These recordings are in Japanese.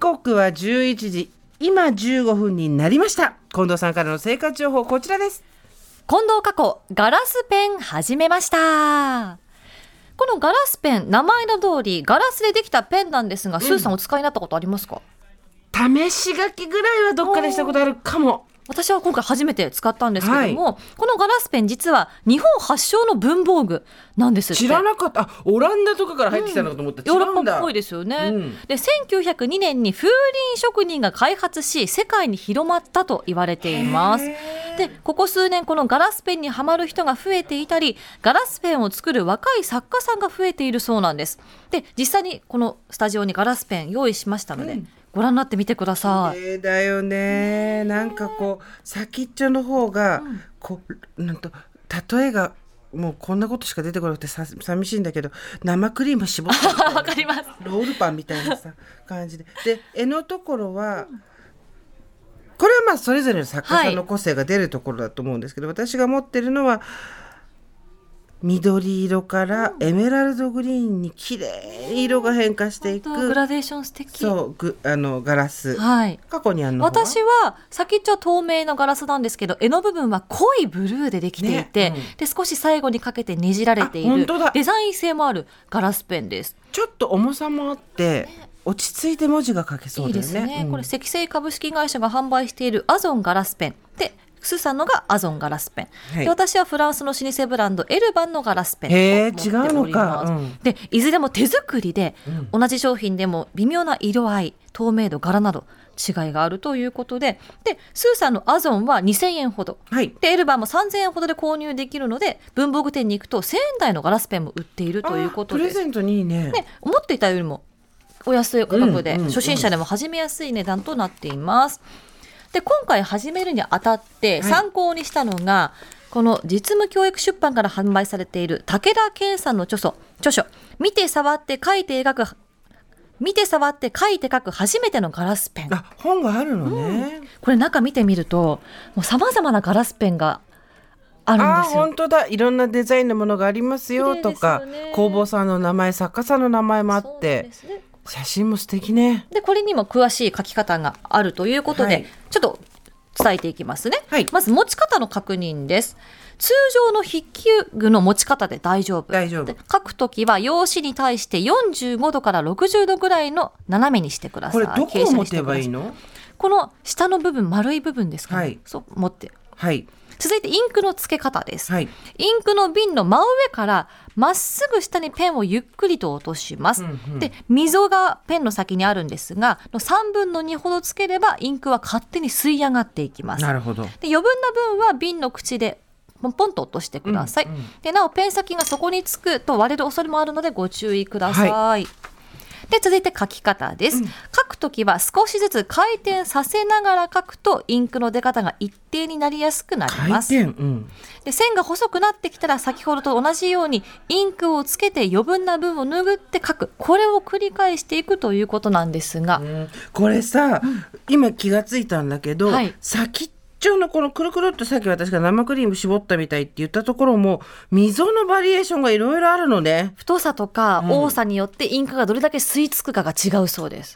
刻は11時今15分になりました。近藤さんからの生活情報こちらです。 近藤佳子ガラスペン始めました。このガラスペン、名前の通りガラスでできたペンなんですが、スーさんお使いになったことありますか？ 試し書きぐらいはどっかでしたことあるかも。 私は今回初めて使ったんですけども、このガラスペン実は日本発祥の文房具なんですって。 知らなかった。オランダとかから入ってきたのかと思った。 ヨーロッパっぽいですよね、で1902年に風鈴職人が開発し世界に広まったと言われています。でここ数年このガラスペンにハマる人が増えていたり、ガラスペンを作る若い作家さんが増えているそうなんです。で実際にこのスタジオにガラスペン用意しましたので、ご覧になってみてください。 だよね。なんかこう先っちょの方がこうなんと例えがもうこんなことしか出てこなくて寂しいんだけど、生クリーム絞ってるわかります。 ロールパンみたいなさ感じで、絵のところは、これはまあそれぞれの作家さんの個性が出るところだと思うんですけど、私が持ってるのは緑色からエメラルドグリーンに綺麗に色が変化していくグラデーション素敵。 そうガラス、過去にあるの私は先っちょは透明のガラスなんですけど、絵の部分は濃いブルーでできていて、で少し最後にかけてねじられているデザイン性もあるガラスペンです。 ちょっと重さもあって、落ち着いて文字が書けそうだよね。いいですね、 これ積成株式会社が販売しているアゾンガラスペンで、スーさんのがアゾンガラスペン、で私はフランスの老舗ブランドエルバンのガラスペンを持っております。でいずれも手作りで、同じ商品でも微妙な色合い、透明度、柄など違いがあるということで、スーさんのアゾンは2000円ほど、でエルバンも3000円ほどで購入できるので、文房具店に行くと1000円台のガラスペンも売っているということです。 プレゼントにいいね。 思っていたよりもお安い価格で、初心者でも始めやすい値段となっています。で今回始めるにあたって参考にしたのが、この実務教育出版から販売されている武田健さんの著書見て触って書いて描く初めてのガラスペン。 本があるのね、 これ中見てみるとさまざまなガラスペンがあるんですよ。 本当だ。いろんなデザインのものがありますよとか、工房さんの名前、作家さんの名前もあって、写真も素敵ね。でこれにも詳しい書き方があるということで、ちょっと伝えていきますね。まず持ち方の確認です。通常の筆記具の持ち方で大丈夫。で書くときは用紙に対して45度から60度ぐらいの斜めにしてください。 これどこを持てばいいの？ この下の部分、丸い部分ですかね、そう持って、続いてインクの付け方です、インクの瓶の真上からまっすぐ下にペンをゆっくりと落とします、で溝がペンの先にあるんですが3分の2ほどつければインクは勝手に吸い上がっていきます。 なるほど。 で余分な分は瓶の口でポンポンと落としてください、でなおペン先がそこにつくと割れる恐れもあるのでご注意ください、で続いて書き方です、書くときは少しずつ回転させながら書くとインクの出方が一定になりやすくなります。で線が細くなってきたら先ほどと同じようにインクをつけて余分な分を拭って書く、これを繰り返していくということなんですが、 これさ、今気がついたんだけど、先っちょのこのくるくるっとさっき私が生クリーム絞ったみたいって言ったところも溝のバリエーションがいろいろあるのね。 太さとか多さによってインクがどれだけ吸い付くかが違うそうです。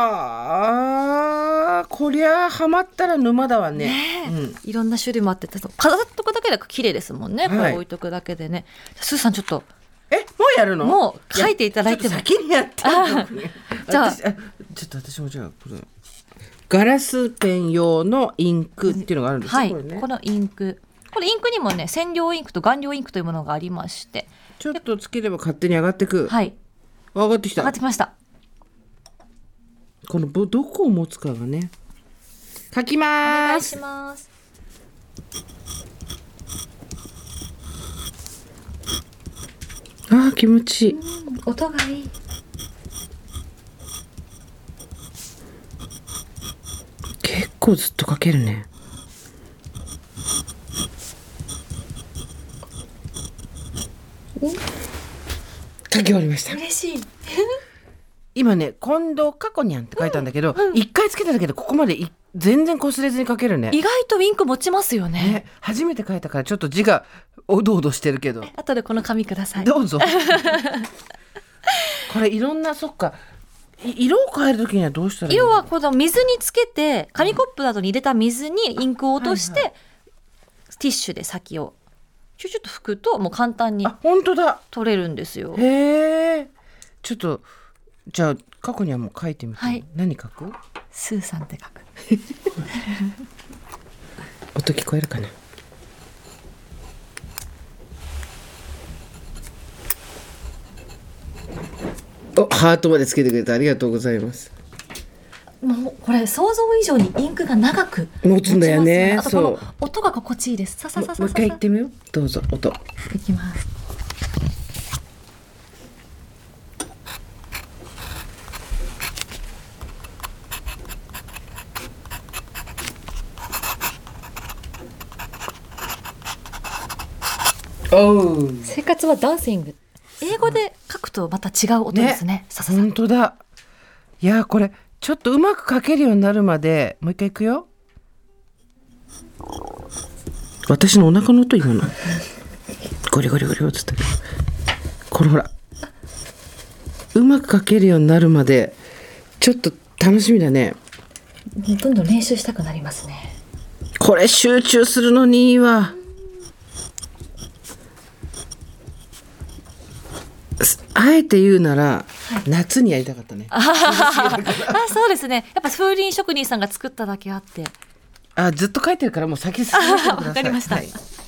こりゃハマったら沼だわね。 いろんな種類もあって飾っとくだけで綺麗ですもんね、これ置いとくだけでね。スーさんちょっともうやるの？ もう書いていただいても。 先にやってじゃあちょっと私もじゃあこれガラスペン用のインクっていうのがあるんですよ、 このインク、これインクにもね染料インクと顔料インクというものがありまして、 ちょっとつければ勝手に上がってく。上がってきた。 上がってきました。 このどこを持つかがね。書きます。 お願いします。 気持ちいい。 音がいい。 結構ずっと書けるね。書き終わりました。 嬉しい。 今ね近藤佳子にゃんって書いたんだけど、一回つけただけでここまで全然擦れずに書けるね。 意外とインク持ちますよね。 初めて書いたからちょっと字がおどおどしてるけど、 後でこの紙ください。 どうぞ。これいろんな色を変えるときにはどうしたらいいの？ 色はこの水につけて紙コップなどに入れた水にインクを落として、ティッシュで先をちょっと拭くともう簡単に本当だ取れるんですよ。 へえ。ちょっとじゃあ過去にはもう書いてみて、何書く？ スーさんって書く音聞こえるかな？ハートまでつけてくれてありがとうございます。 もうこれ想像以上にインクが長く持つんだよね。 あとこの音が心地いいです。さささささ。 もう一回言ってみよう。どうぞ音。 いきます。生活はダンシング。英語で書くとまた違う音ですね。さささ。 本当だ。いやこれちょっとうまく書けるようになるまでもう一回いくよ。私のお腹の音今のゴリゴリゴリゴリつったけど、これほらうまく書けるようになるまでちょっと楽しみだね。 どんどん練習したくなりますね。 これ集中するのにいいわ。あえて言うなら、夏にやりたかったね。 そうですね。やっぱ風鈴職人さんが作っただけあって。 ずっと書いてるからもう先進めてください。 わかりました。で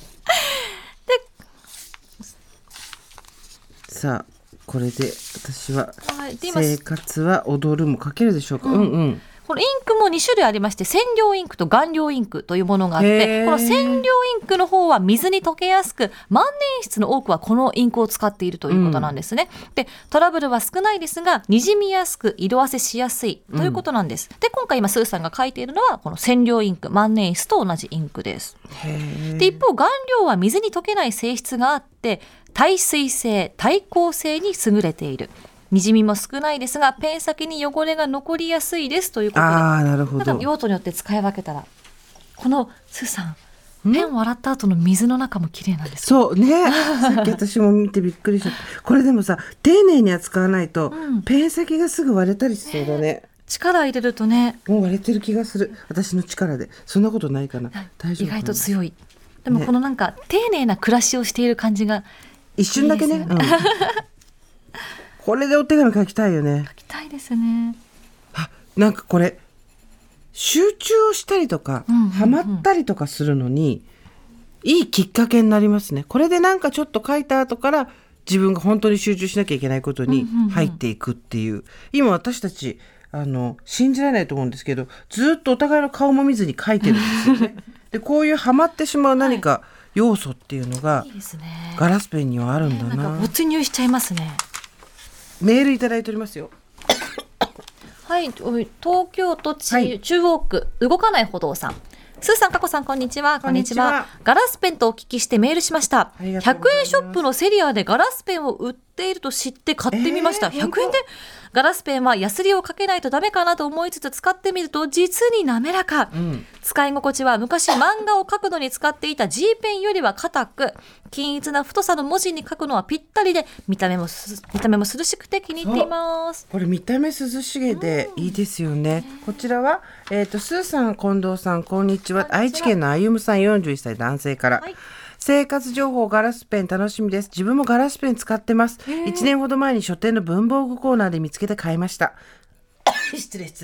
さあこれで私は生活は踊るも書けるでしょうか。 このインクも2種類ありまして、染料インクと顔料インクというものがあって、この染料インクの方は水に溶けやすく、万年筆の多くはこのインクを使っているということなんですね。で、トラブルは少ないですが、にじみやすく色あせしやすいということなんです。で、今回今スーさんが書いているのはこの染料インク、万年筆と同じインクです。で、一方顔料は水に溶けない性質があって、耐水性、耐光性に優れている。にじみも少ないですがペン先に汚れが残りやすいですということで、 なるほど。 用途によって使い分けたら、このスーさんペンを洗った後の水の中も綺麗なんです。 そうねさっき私も見てびっくりしちゃった。これでもさ丁寧に扱わないと、ペン先がすぐ割れたりしそうだね。 力入れるとね、 もう割れてる気がする。私の力で。そんなことないかな。大丈夫かな。 意外と強い。でもこのなんか、丁寧な暮らしをしている感じが一瞬だけね。これでお手紙書きたいよね。 書きたいですね。 なんかこれ集中をしたりとか、ハマったりとかするのにいいきっかけになりますね。これでなんかちょっと書いた後から自分が本当に集中しなきゃいけないことに入っていくっていう、今私たち信じられないと思うんですけど、ずっとお互いの顔も見ずに書いてるんですよね。でこういうハマってしまう何か要素っていうのが、 いいですね、 ガラスペンにはあるんだな。 なんか没入しちゃいますね。 メールいただいておりますよ。 はい、東京都中央区動かない歩道さん。スーさん、かこさん、こんにちは。こんにちは。ガラスペンとお聞きしてメールしました。100円ショップのセリアでガラスペンを売っていると知って買ってみました。100円でガラスペンはヤスリをかけないとダメかなと思いつつ使ってみると実に滑らか、使い心地は昔漫画を描くのに使っていた G ペンよりは硬く、均一な太さの文字に書くのはぴったりで、見た目も涼しくて気に入っています。 これ見た目涼しげでいいですよね。こちらは、スーさん、近藤さん、こんにちは。愛知県のあゆむさん、41歳男性から、生活情報ガラスペン楽しみです。自分もガラスペン使ってます。1年ほど前に書店の文房具コーナーで見つけて買いました。失礼。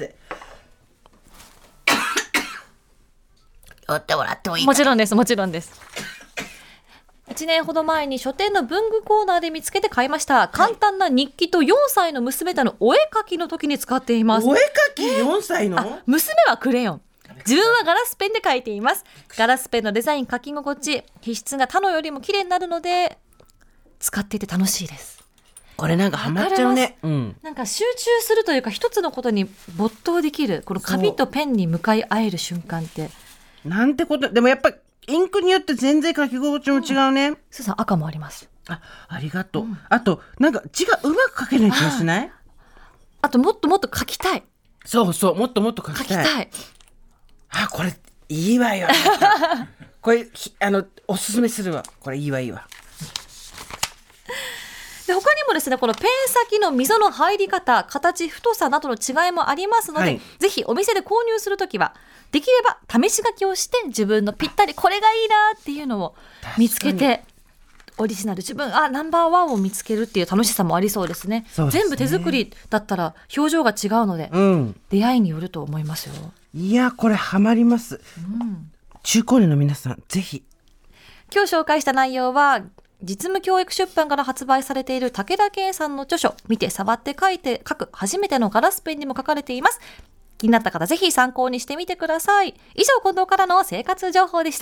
寄ってもらってもいいか。 もちろんです。1年ほど前に書店の文具コーナーで見つけて買いました。簡単な日記と4歳の娘とのお絵描きの時に使っています。 お絵描き4歳の？ 娘はクレヨン。自分はガラスペンで描いています。ガラスペンのデザイン、書き心地、筆質が他のよりも綺麗になるので使っていて楽しいです。 これなんかハマっちゃうね。 なんか集中するというか、一つのことに没頭できる、この紙とペンに向かい合える瞬間ってなんてこと。でもやっぱりインクによって全然書き心地も違うね。 スーさん、赤もあります。 ありがとう。あとなんか字がうまく書けない気がしない？ あともっともっと書きたい。 そうもっともっと書きたい。これいいわよ。これおすすめするわ。これいいわ。 で、他にももですね、このペン先の溝の入り方、形、太さなどの違いもありますので、 はいぜひお店で購入するときはできれば試し書きをして自分のぴったりこれがいいなっていうのを見つけて、オリジナル自分ナンバーワンを見つけるっていう楽しさもありそうですね。 そうですね全部手作りだったら表情が違うので、出会いによると思いますよ。 いやこれハマります、中高年の皆さんぜひ。 今日紹介した内容は実務教育出版から発売されている武田健さんの著書、見て触って書く初めてのガラスペンにも書かれています。気になった方ぜひ参考にしてみてください。以上、近藤からの生活情報でした。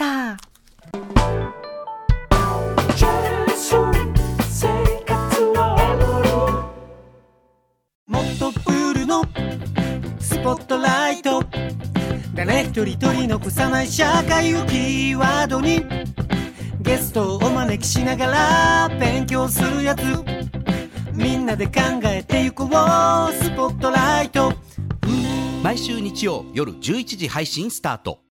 もっとプールのスポットライト、誰一人取り残さない社会をキーワードにゲストをお招きしながら勉強するやつ、みんなで考えてゆこうスポットライト。 毎週日曜夜11時配信スタート。